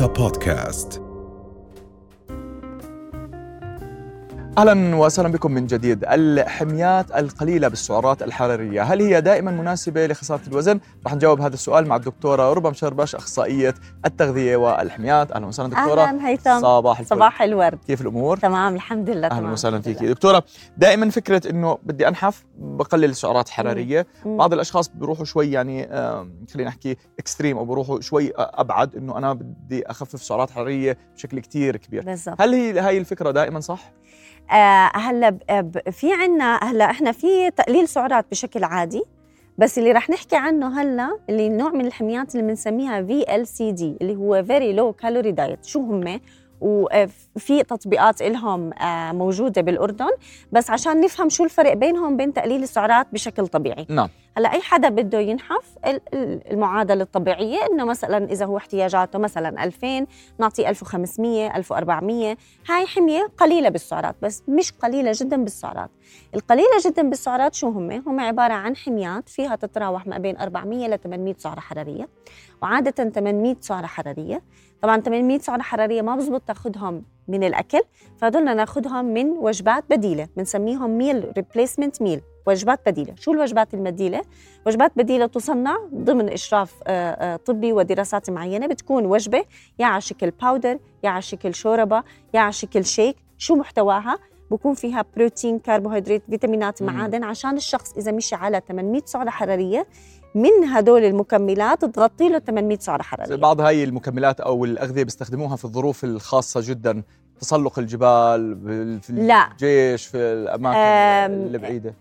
رؤيا بودكاست. أهلا وسهلا بكم من جديد. الحميات القليلة بالسعرات الحرارية هل هي دائما مناسبة لخسارة الوزن؟ رح نجاوب هذا السؤال مع الدكتورة ربى مشربش، أخصائية التغذية والحميات. أهلا وسهلا دكتورة. أهلا هيثم. صباح الورد. كيف الأمور؟ تمام الحمد لله. أهلا وسهلا فيكي دكتورة. دائما فكرة إنه بدي أنحف بقلل السعرات الحرارية. بعض الأشخاص بيروحوا شوي يعني خلينا نحكي اكستريم، أو بيروحوا شوي أبعد، إنه أنا بدي أخفف سعرات حرارية بشكل كتير كبير. بالزبط. هل هي الفكرة دائما صح؟ هلا في عنا هلا احنا في تقليل سعرات بشكل عادي، بس اللي رح نحكي عنه هلا اللي نوع من الحميات اللي بنسميها VLCD اللي هو Very Low Calorie Diet. شو هم؟ وفي تطبيقات لهم موجودة بالأردن، بس عشان نفهم شو الفرق بينهم بين تقليل السعرات بشكل طبيعي. نعم. هلا أي حدا بده ينحف المعادلة الطبيعية إنه مثلا إذا هو احتياجاته مثلا 2000 نعطيه 1500 1400. هاي حمية قليلة بالسعرات، بس مش قليلة جدا بالسعرات. القليلة جدا بالسعرات شو هم عبارة عن حميات فيها تتراوح ما بين 400 ل 800 سعرة حرارية، وعادة 800 سعرة حرارية. طبعاً 800 سعرة حرارية ما بزبط تاخدهم من الأكل، فهدولنا ناخدهم من وجبات بديلة بنسميهم ميل ريبليسمنت ميل، وجبات بديلة. شو الوجبات البديلة؟ وجبات بديلة تصنع ضمن إشراف طبي ودراسات معينة. بتكون وجبة يا على شكل باودر، يا على شكل شوربة، يا على شكل شيك. شو محتواها؟ بكون فيها بروتين، كربوهيدرات، فيتامينات، معادن، عشان الشخص إذا مشي على 800 سعرة حرارية من هدول المكملات تغطي له 800 سعرة حرارية. بعض هاي المكملات أو الأغذية بيستخدموها في الظروف الخاصة جدا، تسلق الجبال، في الجيش، في الأماكن البعيدة.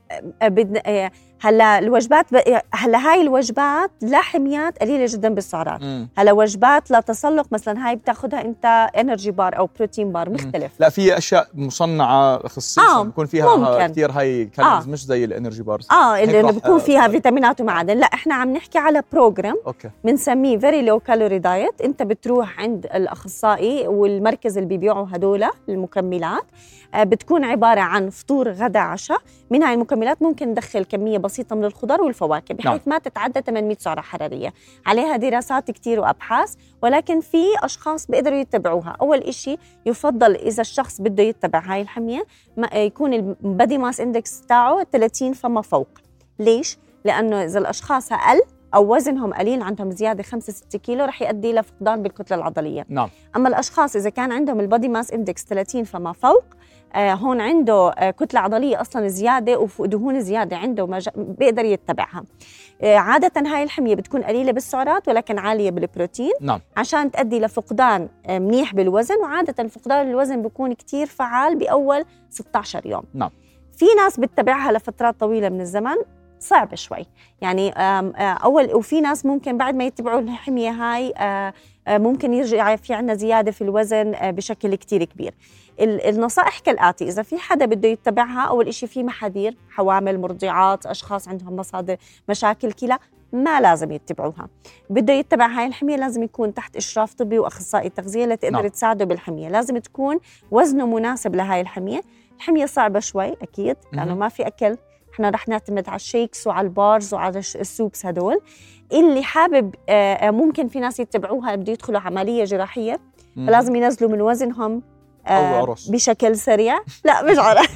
هلا الوجبات هلا هاي الوجبات لا حميات قليلة جدا بالسعرات. هلا وجبات لا تسلق مثلا هاي بتاخدها انت انرجي بار او بروتين بار مختلف. لا، في اشياء مصنعة خصيصا بيكون فيها كثير هاي كالوريز، مش زي الانرجي بارز اللي بيكون فيها فيتامينات ومعادن. لا احنا عم نحكي على بروجرام بنسميه فيري لو كالوري دايت. انت بتروح عند الاخصائي والمركز اللي بيبيعوا هدول المكملات، بتكون عبارة عن فطور غدا عشاء. من هاي المكملات ممكن ندخل كمية بسيطة من الخضار والفواكه بحيث ما تتعدى 800 سعرة حرارية. عليها دراسات كتير وأبحاث، ولكن في أشخاص بيقدروا يتبعوها. أول إشي يفضل إذا الشخص بده يتبع هاي الحمية يكون البادي ماس إندكس تاعه 30 فما فوق. ليش؟ لأنه إذا الأشخاص أقل أو وزنهم قليل، عندهم زيادة 5-6 كيلو، رح يؤدي إلى فقدان بالكتلة العضلية. نعم. أما الأشخاص إذا كان عندهم البادي ماس إندكس 30 فما فوق، هون عنده كتلة عضلية أصلاً زيادة ودهون زيادة عنده، بيقدر يتبعها. عادة هاي الحمية بتكون قليلة بالسعرات ولكن عالية بالبروتين. نعم. عشان تؤدي لفقدان منيح بالوزن، وعادة فقدان الوزن بيكون كتير فعال بأول 16 يوم. نعم. في ناس بتتبعها لفترات طويلة من الزمن، صعب شوي يعني وفي ناس ممكن بعد ما يتبعوا الحمية هاي ممكن يرجع في عنا زيادة في الوزن بشكل كتير كبير. النصائح كالآتي: إذا في حدا بده يتبعها، أول إشي في محاذير، حوامل، مرضعات، أشخاص عندهم مصادر مشاكل كلى، ما لازم يتبعوها. بده يتبع هاي الحمية لازم يكون تحت إشراف طبي وأخصائي تغذية لتقدر تساعده بالحمية. لازم تكون وزنه مناسب لهاي الحمية. الحمية صعبة شوي أكيد لأنه ما في أكل، احنا رح نعتمد على الشيكس وعلى البارز وعلى السوبس. هدول اللي حابب ممكن في ناس يتبعوها بده يدخلوا عملية جراحية، فلازم ينزلوا من وزنهم بشكل سريع. لا مش عرس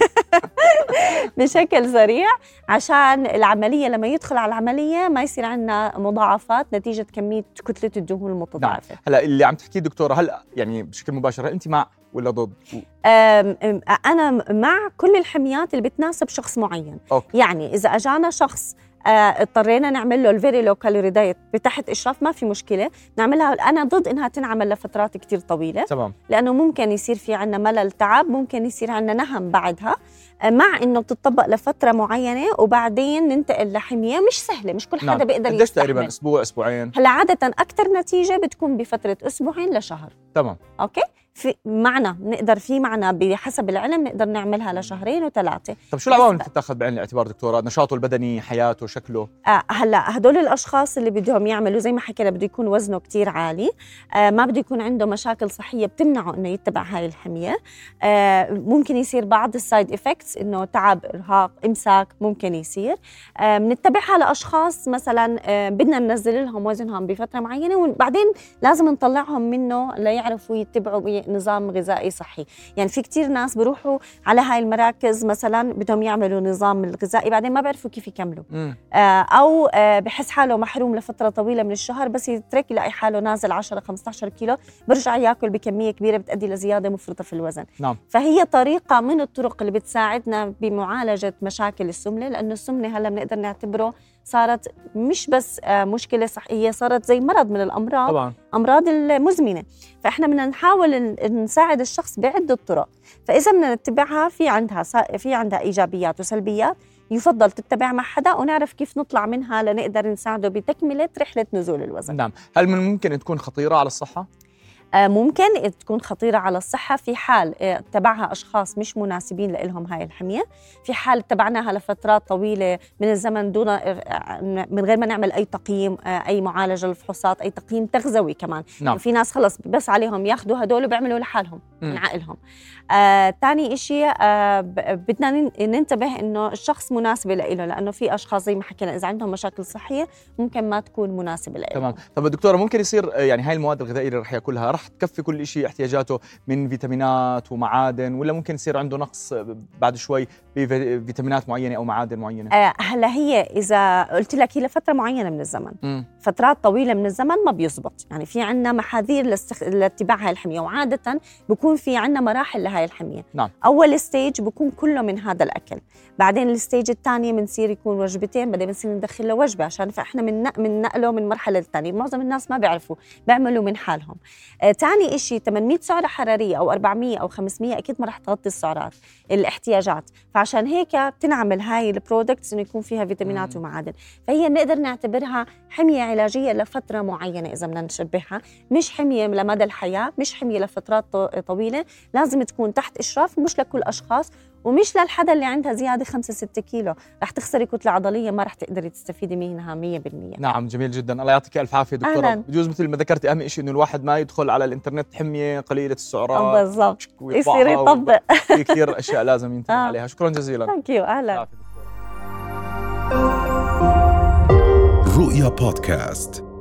بشكل سريع عشان العملية لما يدخل على العملية ما يصير عندنا مضاعفات نتيجة كمية كتلة الدهون المتضاعفة. نعم. هلا اللي عم تحكيه دكتورة، هل يعني بشكل مباشر أنت مع ولا ضد؟ أنا مع كل الحميات اللي بتناسب شخص معين. يعني إذا أجانا شخص اضطرينا نعمل له الفيري لو كالوري دايت بتحت إشراف، ما في مشكلة نعملها. أنا ضد إنها تنعمل لفترات كتير طويلة. تمام. لأنه ممكن يصير في عنا ملل، تعب، ممكن يصير عنا نهم بعدها، مع إنه بتطبق لفترة معينة وبعدين ننتقل لحمية مش سهلة، مش كل حدا بيقدر يستحمل. تقريبا أسبوع أسبوعين. هلا عادة أكتر نتيجة بتكون بفترة أسبوعين لشهر. تمام. أوكي. في معنى بحسب العلم نقدر نعملها ل2 و3 شهور. طب شو العوامل اللي بتتاخذ بعين الاعتبار دكتورة؟ نشاطه البدني، حياته، شكله؟ هلا هدول الاشخاص اللي بدهم يعملوا زي ما حكينا بده يكون وزنه كتير عالي، ما بده يكون عنده مشاكل صحيه بتمنعه انه يتبع هاي الحميه. ممكن يصير بعض السايد افكتس انه تعب، ارهاق، امساك ممكن يصير. بنتبعها لاشخاص مثلا بدنا ننزل لهم وزنهم بفتره معينه وبعدين لازم نطلعهم منه ليعرفوا يتبعوا نظام غذائي صحي. يعني في كتير ناس بيروحوا على هاي المراكز مثلا بدهم يعملوا نظام الغذائي بعدين ما بيعرفوا كيف يكملوا، او بحس حاله محروم لفتره طويله من الشهر، بس يترك يلاقي حاله نازل 10-15 كيلو، برجع ياكل بكميه كبيره بتؤدي لزياده مفرطه في الوزن. نعم. فهي طريقه من الطرق اللي بتساعدنا بمعالجه مشاكل السمنه، لانه السمنه هلا بنقدر نعتبره صارت مش بس مشكله صحيه، صارت زي مرض من الامراض طبعا. امراض المزمنه. فاحنا بدنا نحاول نساعد الشخص بعده طرق، فاذا بدنا نتبعها في عندها ايجابيات وسلبيات، يفضل تتبع مع حدا ونعرف كيف نطلع منها لنقدر نساعده بتكمله رحله نزول الوزن. نعم. هل من ممكن تكون خطيره على الصحه؟ ممكن تكون خطيرة على الصحة في حال اتبعها أشخاص مش مناسبين لهم هاي الحمية، في حال اتبعناها لفترات طويلة من الزمن دون من غير ما نعمل أي تقييم، أي معالجة للفحوصات، أي تقييم تغذوي كمان. نعم. في ناس خلص بس عليهم ياخدوا هدول وبيعملوا لحالهم من عقلهم. تاني إشي بدنا ننتبه إنه الشخص مناسب له، لأنه في أشخاص زي ما حكينا إذا عندهم مشاكل صحية ممكن ما تكون مناسبة له. تمام. طب دكتورة ممكن يصير يعني هاي المواد الغذائية اللي رح ياكلها رح تكفي كل شيء احتياجاته من فيتامينات ومعادن، ولا ممكن يصير عنده نقص بعد شوي بفيتامينات معينة أو معادن معينة؟ هلا هي إذا قلت لك هي لفترة معينة من الزمن، فترات طويلة من الزمن ما بيزبط. يعني في عنا محاذير لاتباع هاي الحمية، وعادة بيكون في عنا مراحل لهاي الحمية. نعم. أول ستيج بيكون كله من هذا الأكل، بعدين الستيج الثانية بنصير يكون وجبتين، بعدين بنصير ندخل له وجبة عشان فإحنا من نقله من مرحلة الثانية. معظم الناس ما بيعرفوا، بيعملوا من حالهم. تاني إشي 800 سعرة حرارية أو 400 أو 500 أكيد ما رح تغطي السعرات الاحتياجات، فعشان هيك بتنعمل هاي البرودكتس إنه يكون فيها فيتامينات ومعادن. فهي نقدر نعتبرها حمية علاجية لفترة معينة إذا بدنا نشبهها، مش حمية لمدى الحياة، مش حمية لفترات طويلة. لازم تكون تحت إشراف، مش لكل أشخاص ومش للحدا اللي عندها زيادة 5-6 كيلو، رح تخسري كتلة عضلية ما رح تقدري تستفيدي منها 100%. نعم. جميل جدا. الله يعطيك ألف عافية دكتورة. بجوز مثل ما ذكرتي أهم شيء إنه الواحد ما يدخل على الإنترنت حمية قليلة السعرات بالضبط، يصير يطبق. في كثير أشياء لازم ينتبه عليها. شكرا جزيلا. أهلا. رؤيا بودكاست.